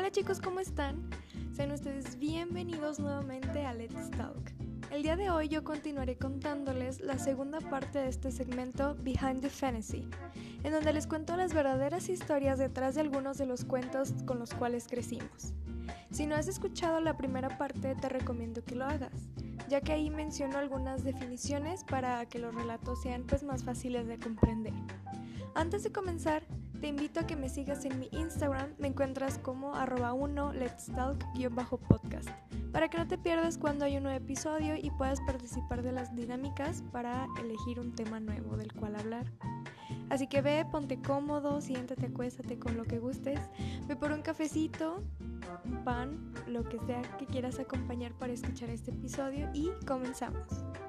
Hola chicos, ¿cómo están? Sean ustedes bienvenidos nuevamente a Let's Talk. El día de hoy yo continuaré contándoles la segunda parte de este segmento Behind the Fantasy, en donde les cuento las verdaderas historias detrás de algunos de los cuentos con los cuales crecimos. Si no has escuchado la primera parte, te recomiendo que lo hagas, ya que ahí menciono algunas definiciones para que los relatos sean más fáciles de comprender. Antes de comenzar, te invito a que me sigas en mi Instagram, me encuentras como @1letstalk_podcast, para que no te pierdas cuando hay un nuevo episodio y puedas participar de las dinámicas para elegir un tema nuevo del cual hablar. Así que ve, ponte cómodo, siéntate, acuéstate con lo que gustes, ve por un cafecito, un pan, lo que sea que quieras acompañar para escuchar este episodio y comenzamos.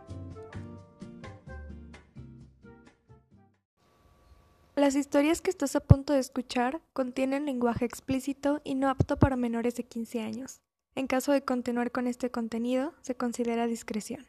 Las historias que estás a punto de escuchar contienen lenguaje explícito y no apto para menores de 15 años. En caso de continuar con este contenido, se considera discreción.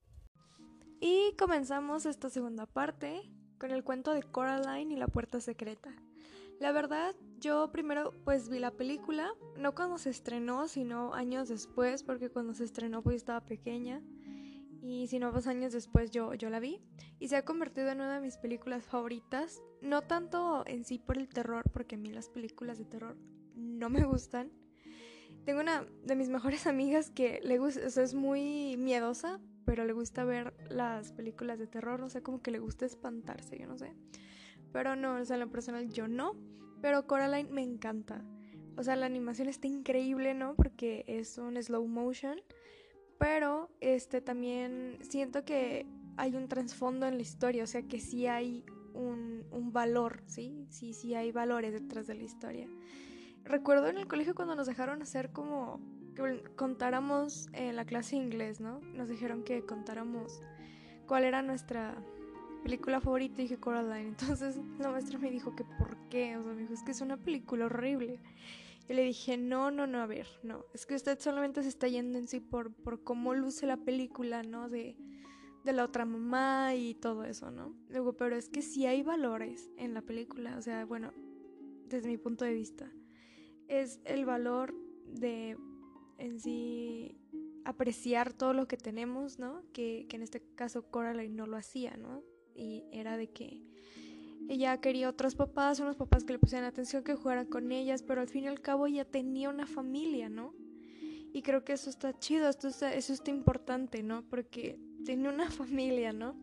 Y comenzamos esta segunda parte con el cuento de Coraline y la puerta secreta. La verdad, yo primero vi la película, no cuando se estrenó, sino años después, porque cuando se estrenó estaba pequeña. Y si no, años después yo la vi y se ha convertido en una de mis películas favoritas. No tanto en sí por el terror, porque a mí las películas de terror no me gustan. Tengo una de mis mejores amigas que le gusta, es muy miedosa, pero le gusta ver las películas de terror, no sé, como que le gusta espantarse, yo no sé. Pero no, en lo personal yo no, pero Coraline me encanta. La animación está increíble, ¿no? Porque es un slow motion. Pero también siento que hay un trasfondo en la historia, o sea que sí hay un valor, ¿sí? Sí hay valores detrás de la historia. Recuerdo en el colegio cuando nos dejaron hacer como que contáramos en la clase de inglés, ¿no? Nos dijeron que contáramos cuál era nuestra película favorita y dije Coraline. Entonces la maestra me dijo que por qué, o sea, me dijo, es que es una película horrible. Y le dije, no, a ver, no, es que usted solamente se está yendo en sí por cómo luce la película, ¿no? De la otra mamá y todo eso, ¿no? Luego, pero es que sí hay valores en la película, o sea, bueno, desde mi punto de vista, es el valor de en sí apreciar todo lo que tenemos, ¿no? Que en este caso Coraline no lo hacía, ¿no? Y era de que ella quería otros papás, unos papás que le pusieran atención, que jugaran con ellas, pero al fin y al cabo ella tenía una familia, ¿no? Y creo que eso está chido, eso está importante, ¿no? Porque tiene una familia, ¿no?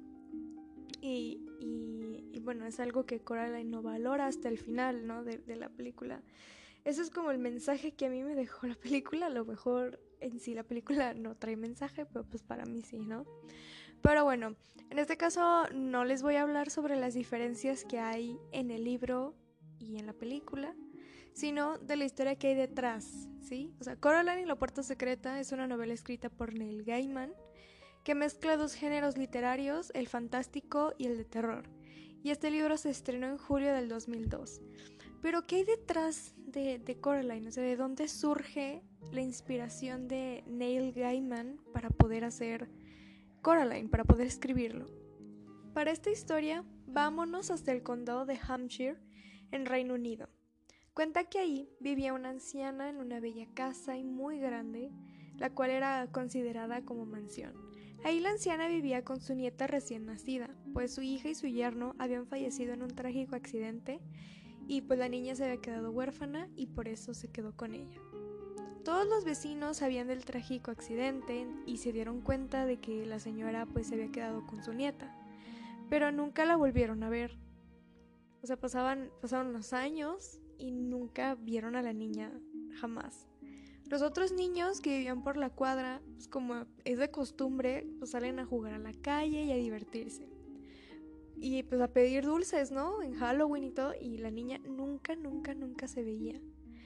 Y bueno, es algo que Coraline no valora hasta el final, ¿no? De la película. Eso es como el mensaje que a mí me dejó la película. A lo mejor en sí la película no trae mensaje, pero pues para mí sí, ¿no? Pero bueno, en este caso no les voy a hablar sobre las diferencias que hay en el libro y en la película, sino de la historia que hay detrás, ¿sí? O sea, Coraline y la puerta secreta es una novela escrita por Neil Gaiman que mezcla dos géneros literarios, el fantástico y el de terror. Y este libro se estrenó en julio del 2002. Pero ¿qué hay detrás de Coraline? O sea, ¿de dónde surge la inspiración de Neil Gaiman para poder hacer Coraline, para poder escribirlo? Para esta historia, vámonos hasta el condado de Hampshire, en Reino Unido. Cuenta que ahí vivía una anciana en una bella casa y muy grande, la cual era considerada como mansión. Ahí la anciana vivía con su nieta recién nacida, pues su hija y su yerno habían fallecido en un trágico accidente y pues la niña se había quedado huérfana y por eso se quedó con ella. Todos los vecinos sabían del trágico accidente y se dieron cuenta de que la señora se había quedado con su nieta, pero nunca la volvieron a ver. O sea, pasaron los años y nunca vieron a la niña, jamás. Los otros niños que vivían por la cuadra, como es de costumbre, salen a jugar a la calle y a divertirse. Y a pedir dulces, ¿no? En Halloween y todo, y la niña nunca se veía.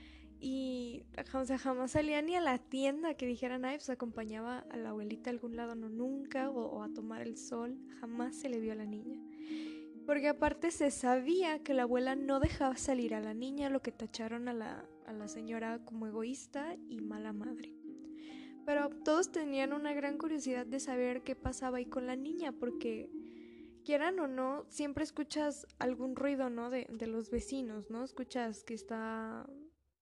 Y o sea, jamás salía ni a la tienda que dijeran, ay, acompañaba a la abuelita a algún lado, no, nunca, o a tomar el sol, jamás se le vio a la niña. Porque aparte se sabía que la abuela no dejaba salir a la niña, lo que tacharon a la señora como egoísta y mala madre. Pero todos tenían una gran curiosidad de saber qué pasaba ahí con la niña, porque quieran o no, siempre escuchas algún ruido, ¿no? De los vecinos, ¿no? Escuchas que está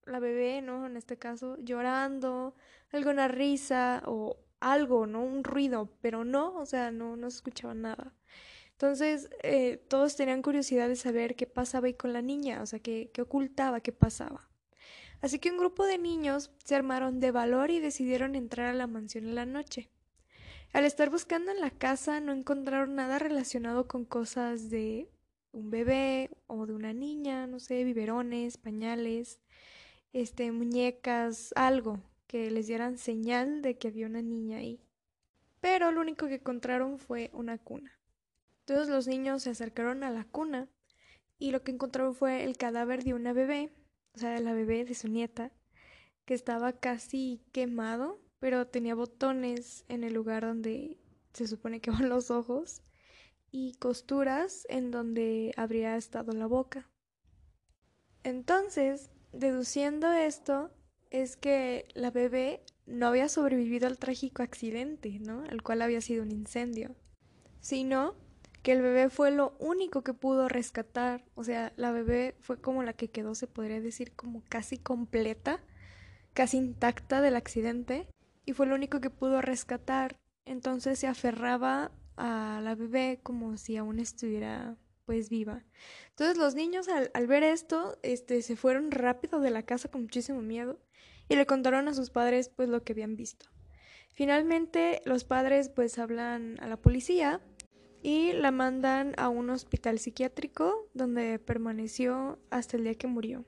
la bebé, ¿no? En este caso, llorando, alguna risa o algo, ¿no? Un ruido, pero no, o sea, no se escuchaba nada. Entonces, todos tenían curiosidad de saber qué pasaba ahí con la niña, o sea, qué ocultaba, qué pasaba. Así que un grupo de niños se armaron de valor y decidieron entrar a la mansión en la noche. Al estar buscando en la casa no encontraron nada relacionado con cosas de un bebé o de una niña, no sé, biberones, pañales, muñecas, algo que les dieran señal de que había una niña ahí. Pero lo único que encontraron fue una cuna. Entonces los niños se acercaron a la cuna y lo que encontraron fue el cadáver de una bebé, o sea, de la bebé de su nieta, que estaba casi quemado, pero tenía botones en el lugar donde se supone que van los ojos y costuras en donde habría estado la boca. Entonces, deduciendo esto, es que la bebé no había sobrevivido al trágico accidente, ¿no? El cual había sido un incendio, sino que el bebé fue lo único que pudo rescatar, o sea, la bebé fue como la que quedó, se podría decir, como casi completa, casi intacta del accidente, y fue lo único que pudo rescatar. Entonces se aferraba a la bebé como si aún estuviera pues viva. Entonces los niños al ver esto, se fueron rápido de la casa con muchísimo miedo y le contaron a sus padres pues lo que habían visto. Finalmente los padres pues hablan a la policía y la mandan a un hospital psiquiátrico donde permaneció hasta el día que murió.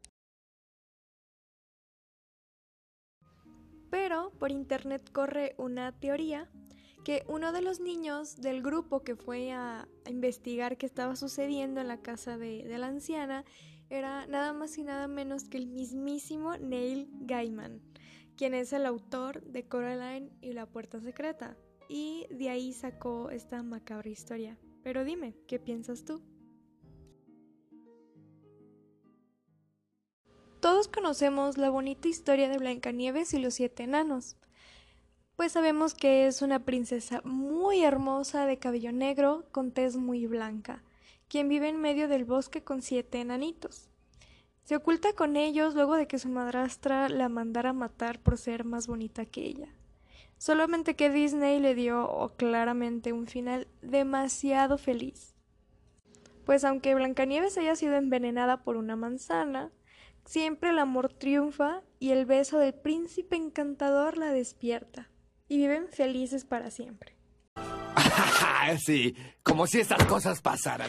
Pero por internet corre una teoría que uno de los niños del grupo que fue a investigar qué estaba sucediendo en la casa de la anciana era nada más y nada menos que el mismísimo Neil Gaiman, quien es el autor de Coraline y la puerta secreta, y de ahí sacó esta macabra historia. Pero dime, ¿qué piensas tú? Todos conocemos la bonita historia de Blancanieves y los siete enanos, pues sabemos que es una princesa muy hermosa de cabello negro con tez muy blanca, quien vive en medio del bosque con siete enanitos. Se oculta con ellos luego de que su madrastra la mandara matar por ser más bonita que ella. Solamente que Disney le dio claramente un final demasiado feliz. Pues aunque Blancanieves haya sido envenenada por una manzana, siempre el amor triunfa y el beso del príncipe encantador la despierta, y viven felices para siempre. Sí, como si estas cosas pasaran.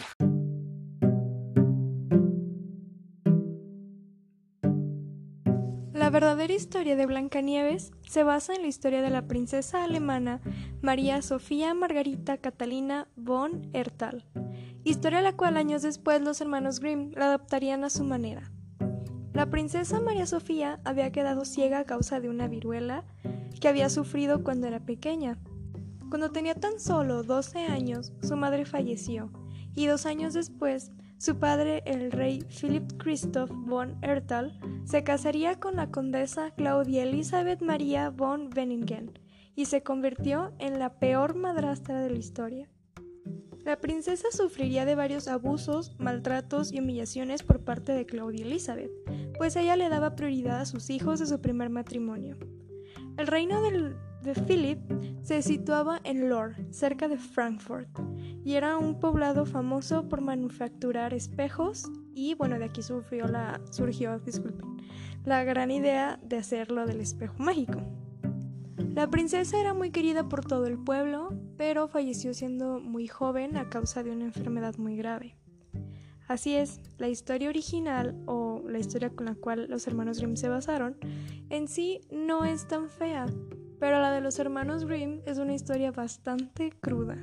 La verdadera historia de Blancanieves se basa en la historia de la princesa alemana María Sofía Margarita Catalina von Erthal, historia la cual años después los hermanos Grimm la adaptarían a su manera. La princesa María Sofía había quedado ciega a causa de una viruela que había sufrido cuando era pequeña. Cuando tenía tan solo 12 años, su madre falleció, y 2 años después, su padre, el rey Philipp Christoph von Erthal, se casaría con la condesa Claudia Elizabeth Maria von Benningen, y se convirtió en la peor madrastra de la historia. La princesa sufriría de varios abusos, maltratos y humillaciones por parte de Claudia Elizabeth, pues ella le daba prioridad a sus hijos de su primer matrimonio. El reino de Philip se situaba en Lohr, cerca de Frankfurt, y era un poblado famoso por manufacturar espejos y, bueno, de aquí surgió la gran idea de hacerlo del espejo mágico. La princesa era muy querida por todo el pueblo, pero falleció siendo muy joven a causa de una enfermedad muy grave. Así es, la historia original, o la historia con la cual los hermanos Grimm se basaron, en sí no es tan fea, pero la de los hermanos Grimm es una historia bastante cruda.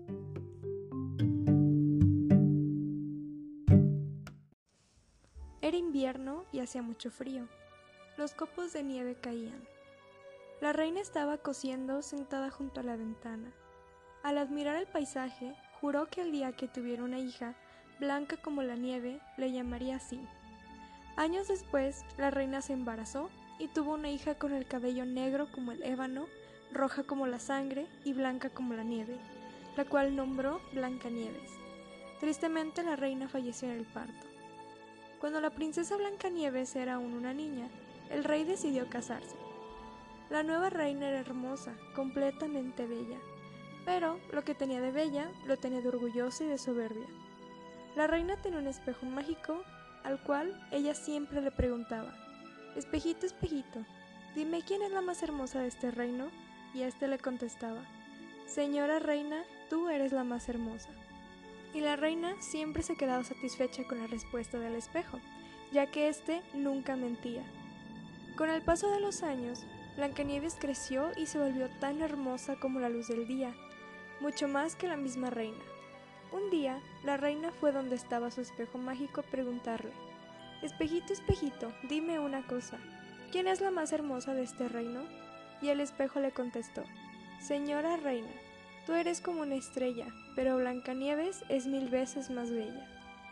Era invierno y hacía mucho frío. Los copos de nieve caían. La reina estaba cosiendo sentada junto a la ventana. Al admirar el paisaje, juró que el día que tuviera una hija, blanca como la nieve, le llamaría así. Años después, la reina se embarazó y tuvo una hija con el cabello negro como el ébano, roja como la sangre y blanca como la nieve, la cual nombró Blancanieves. Tristemente, la reina falleció en el parto. Cuando la princesa Blancanieves era aún una niña, el rey decidió casarse. La nueva reina era hermosa, completamente bella, pero lo que tenía de bella lo tenía de orgullosa y de soberbia. La reina tenía un espejo mágico al cual ella siempre le preguntaba: «Espejito, espejito, dime quién es la más hermosa de este reino», y éste le contestaba: «Señora reina, tú eres la más hermosa». Y la reina siempre se quedaba satisfecha con la respuesta del espejo, ya que éste nunca mentía. Con el paso de los años, Blancanieves creció y se volvió tan hermosa como la luz del día, mucho más que la misma reina. Un día, la reina fue donde estaba su espejo mágico a preguntarle: «Espejito, espejito, dime una cosa, ¿quién es la más hermosa de este reino?». Y el espejo le contestó: «Señora reina, tú eres como una estrella, pero Blancanieves es 1000 veces más bella».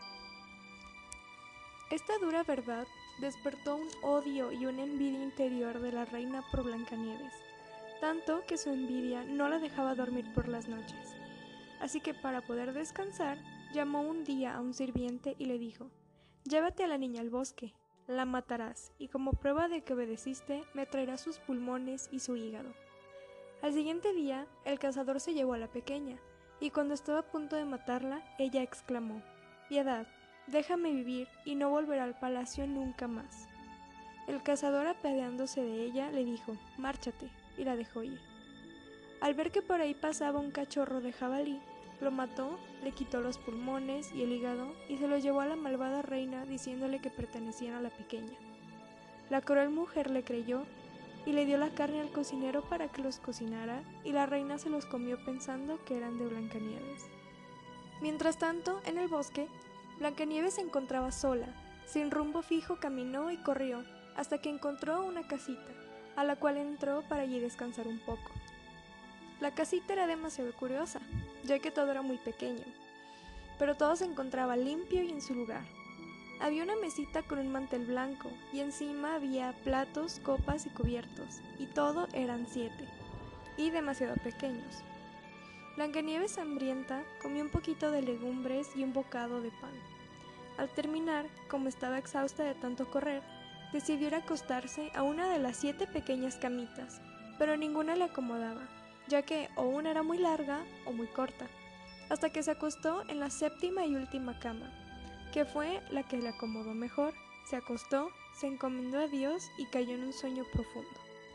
Esta dura verdad despertó un odio y una envidia interior de la reina por Blancanieves, tanto que su envidia no la dejaba dormir por las noches. Así que para poder descansar, llamó un día a un sirviente y le dijo: «Llévate a la niña al bosque, la matarás, y como prueba de que obedeciste, me traerás sus pulmones y su hígado». Al siguiente día, el cazador se llevó a la pequeña, y cuando estaba a punto de matarla, ella exclamó: «Piedad, déjame vivir y no volverá al palacio nunca más». El cazador, apeándose de ella, le dijo: «Márchate», y la dejó ir. Al ver que por ahí pasaba un cachorro de jabalí, lo mató, le quitó los pulmones y el hígado y se los llevó a la malvada reina diciéndole que pertenecían a la pequeña. La cruel mujer le creyó y le dio la carne al cocinero para que los cocinara, y la reina se los comió pensando que eran de Blancanieves. Mientras tanto, en el bosque, Blancanieves se encontraba sola, sin rumbo fijo caminó y corrió, hasta que encontró una casita, a la cual entró para allí descansar un poco. La casita era demasiado curiosa, ya que todo era muy pequeño, pero todo se encontraba limpio y en su lugar. Había una mesita con un mantel blanco, y encima había platos, copas y cubiertos, y todo eran 7, y demasiado pequeños. Blancanieves, hambrienta, comió un poquito de legumbres y un bocado de pan. Al terminar, como estaba exhausta de tanto correr, decidió ir a acostarse a una de las 7 pequeñas camitas, pero ninguna le acomodaba, ya que o una era muy larga o muy corta, hasta que se acostó en la 7ª y última cama, que fue la que le acomodó mejor. Se acostó, se encomendó a Dios y cayó en un sueño profundo.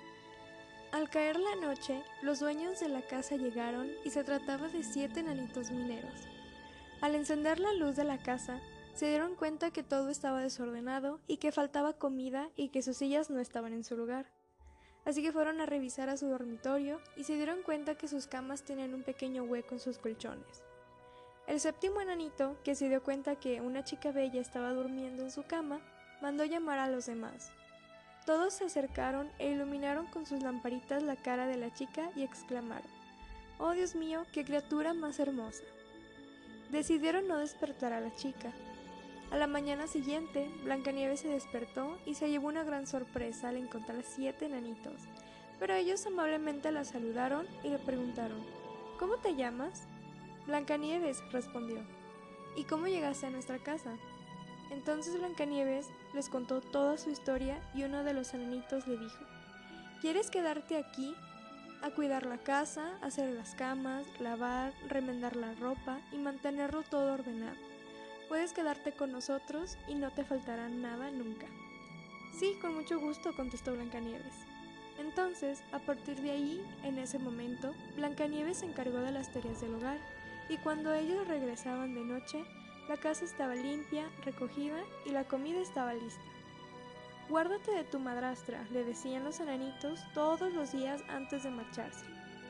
Al caer la noche, los dueños de la casa llegaron y se trataba de 7 enanitos mineros. Al encender la luz de la casa, se dieron cuenta que todo estaba desordenado y que faltaba comida y que sus sillas no estaban en su lugar. Así que fueron a revisar a su dormitorio y se dieron cuenta que sus camas tenían un pequeño hueco en sus colchones. El 7º enanito, que se dio cuenta que una chica bella estaba durmiendo en su cama, mandó llamar a los demás. Todos se acercaron e iluminaron con sus lamparitas la cara de la chica y exclamaron: «¡Oh, Dios mío, qué criatura más hermosa!». Decidieron no despertar a la chica. A la mañana siguiente, Blancanieves se despertó y se llevó una gran sorpresa al encontrar 7 enanitos, pero ellos amablemente la saludaron y le preguntaron: «¿Cómo te llamas?». «Blancanieves», respondió. «¿Y cómo llegaste a nuestra casa?». Entonces Blancanieves les contó toda su historia y uno de los enanitos le dijo: «¿Quieres quedarte aquí a cuidar la casa, hacer las camas, lavar, remendar la ropa y mantenerlo todo ordenado? Puedes quedarte con nosotros y no te faltará nada nunca». «Sí, con mucho gusto», contestó Blancanieves. Entonces, a partir de ahí, en ese momento, Blancanieves se encargó de las tareas del hogar, y cuando ellos regresaban de noche, la casa estaba limpia, recogida y la comida estaba lista. «Guárdate de tu madrastra», le decían los enanitos todos los días antes de marcharse.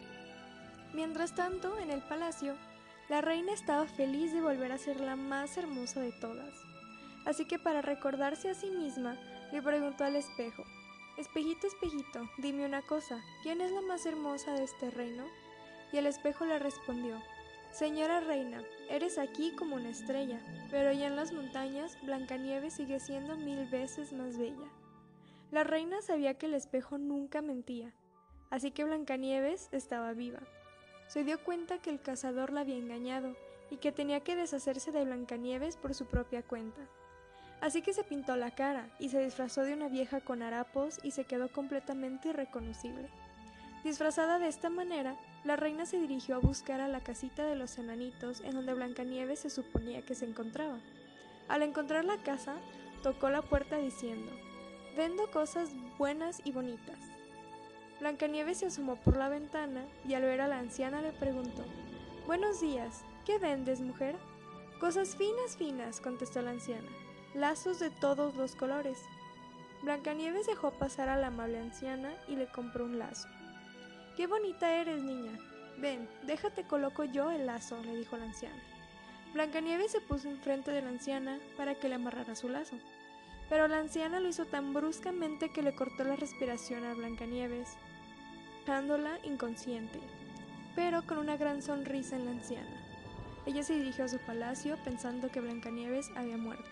Mientras tanto, en el palacio, la reina estaba feliz de volver a ser la más hermosa de todas. Así que para recordarse a sí misma, le preguntó al espejo: «Espejito, espejito, dime una cosa, ¿quién es la más hermosa de este reino?». Y el espejo le respondió: «Señora reina, eres aquí como una estrella, pero allá en las montañas Blancanieves sigue siendo 1000 veces más bella». La reina sabía que el espejo nunca mentía, así que Blancanieves estaba viva. Se dio cuenta que el cazador la había engañado y que tenía que deshacerse de Blancanieves por su propia cuenta. Así que se pintó la cara y se disfrazó de una vieja con harapos y se quedó completamente irreconocible. Disfrazada de esta manera, la reina se dirigió a buscar a la casita de los enanitos en donde Blancanieves se suponía que se encontraba. Al encontrar la casa, tocó la puerta diciendo: «Vendo cosas buenas y bonitas». Blancanieves se asomó por la ventana y al ver a la anciana le preguntó: «Buenos días, ¿qué vendes, mujer?». «Cosas finas, finas», contestó la anciana, «lazos de todos los colores». Blancanieves dejó pasar a la amable anciana y le compró un lazo. «Qué bonita eres, niña. Ven, déjate coloco yo el lazo», le dijo la anciana. Blancanieves se puso enfrente de la anciana para que le amarrara su lazo, pero la anciana lo hizo tan bruscamente que le cortó la respiración a Blancanieves, dejándola inconsciente, pero con una gran sonrisa en la anciana. Ella se dirigió a su palacio pensando que Blancanieves había muerto.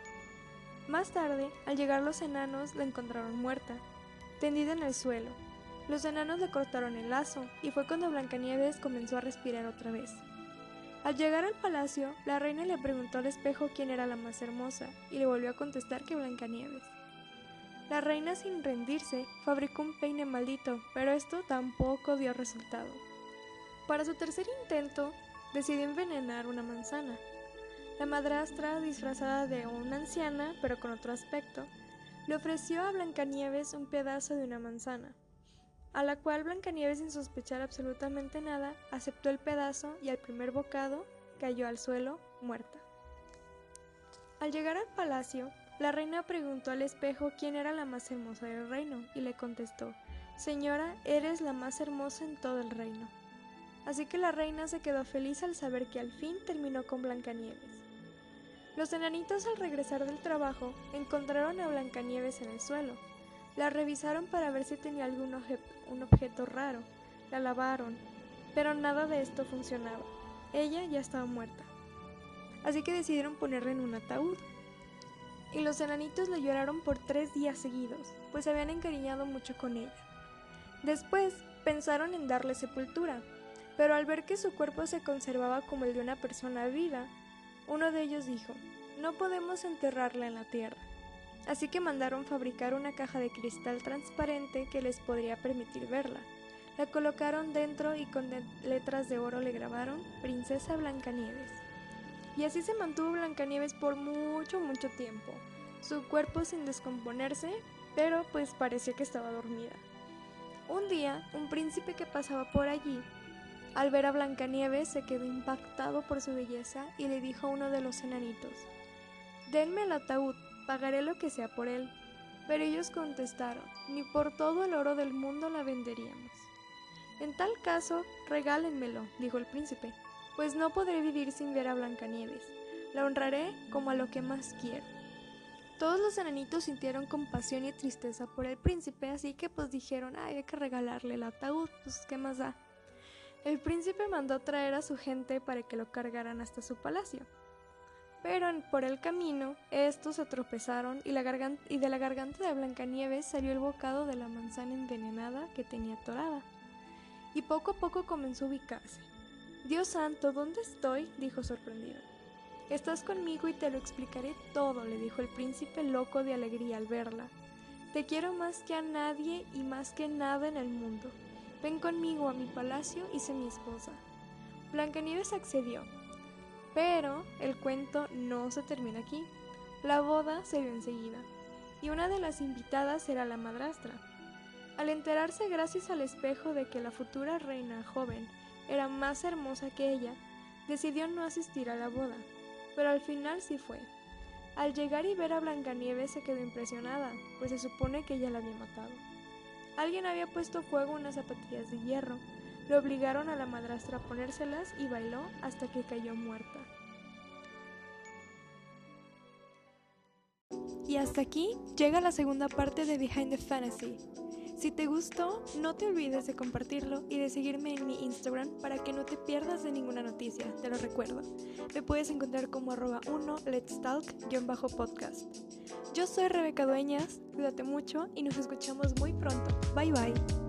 Más tarde, al llegar los enanos, la encontraron muerta, tendida en el suelo. Los enanos le cortaron el lazo y fue cuando Blancanieves comenzó a respirar otra vez. Al llegar al palacio, la reina le preguntó al espejo quién era la más hermosa y le volvió a contestar que Blancanieves. La reina, sin rendirse, fabricó un peine maldito, pero esto tampoco dio resultado. Para su tercer intento, decidió envenenar una manzana. La madrastra, disfrazada de una anciana, pero con otro aspecto, le ofreció a Blancanieves un pedazo de una manzana, a la cual Blancanieves, sin sospechar absolutamente nada, aceptó el pedazo y al primer bocado cayó al suelo, muerta. Al llegar al palacio, la reina preguntó al espejo quién era la más hermosa del reino y le contestó: «Señora, eres la más hermosa en todo el reino». Así que la reina se quedó feliz al saber que al fin terminó con Blancanieves. Los enanitos, al regresar del trabajo, encontraron a Blancanieves en el suelo. La revisaron para ver si tenía algún objeto raro. La lavaron, pero nada de esto funcionaba. Ella ya estaba muerta. Así que decidieron ponerla en un ataúd. Y los enanitos le lloraron por 3 días seguidos, pues se habían encariñado mucho con ella. Después pensaron en darle sepultura, pero al ver que su cuerpo se conservaba como el de una persona viva, uno de ellos dijo: «No podemos enterrarla en la tierra». Así que mandaron fabricar una caja de cristal transparente que les podría permitir verla. La colocaron dentro y con letras de oro le grabaron «Princesa Blancanieves». Y así se mantuvo Blancanieves por mucho, mucho tiempo, su cuerpo sin descomponerse, pero pues parecía que estaba dormida. Un día, un príncipe que pasaba por allí, al ver a Blancanieves, se quedó impactado por su belleza y le dijo a uno de los enanitos: «Denme el ataúd, pagaré lo que sea por él». Pero ellos contestaron: «Ni por todo el oro del mundo la venderíamos». «En tal caso, regálenmelo», dijo el príncipe, «pues no podré vivir sin ver a Blancanieves. La honraré como a lo que más quiero». Todos los enanitos sintieron compasión y tristeza por el príncipe, así que pues dijeron: «Ay, hay que regalarle el ataúd, pues qué más da». El príncipe mandó traer a su gente para que lo cargaran hasta su palacio. Pero por el camino, estos se tropezaron y de la garganta de Blancanieves salió el bocado de la manzana envenenada que tenía atorada. Y poco a poco comenzó a ubicarse. «Dios santo, ¿dónde estoy?», dijo sorprendido. «Estás conmigo y te lo explicaré todo», le dijo el príncipe, loco de alegría al verla. «Te quiero más que a nadie y más que nada en el mundo. Ven conmigo a mi palacio y sé mi esposa». Blancanieves accedió. Pero el cuento no se termina aquí. La boda se dio enseguida, y una de las invitadas era la madrastra. Al enterarse, gracias al espejo, de que la futura reina joven era más hermosa que ella, decidió no asistir a la boda, pero al final sí fue. Al llegar y ver a Blancanieves se quedó impresionada, pues se supone que ella la había matado. Alguien había puesto fuego a unas zapatillas de hierro, le obligaron a la madrastra a ponérselas y bailó hasta que cayó muerta. Y hasta aquí llega la segunda parte de Behind the Fantasy. Si te gustó, no te olvides de compartirlo y de seguirme en mi Instagram para que no te pierdas de ninguna noticia, te lo recuerdo. Me puedes encontrar como @1letstalk_podcast. Yo soy Rebeca Dueñas, cuídate mucho y nos escuchamos muy pronto. Bye bye.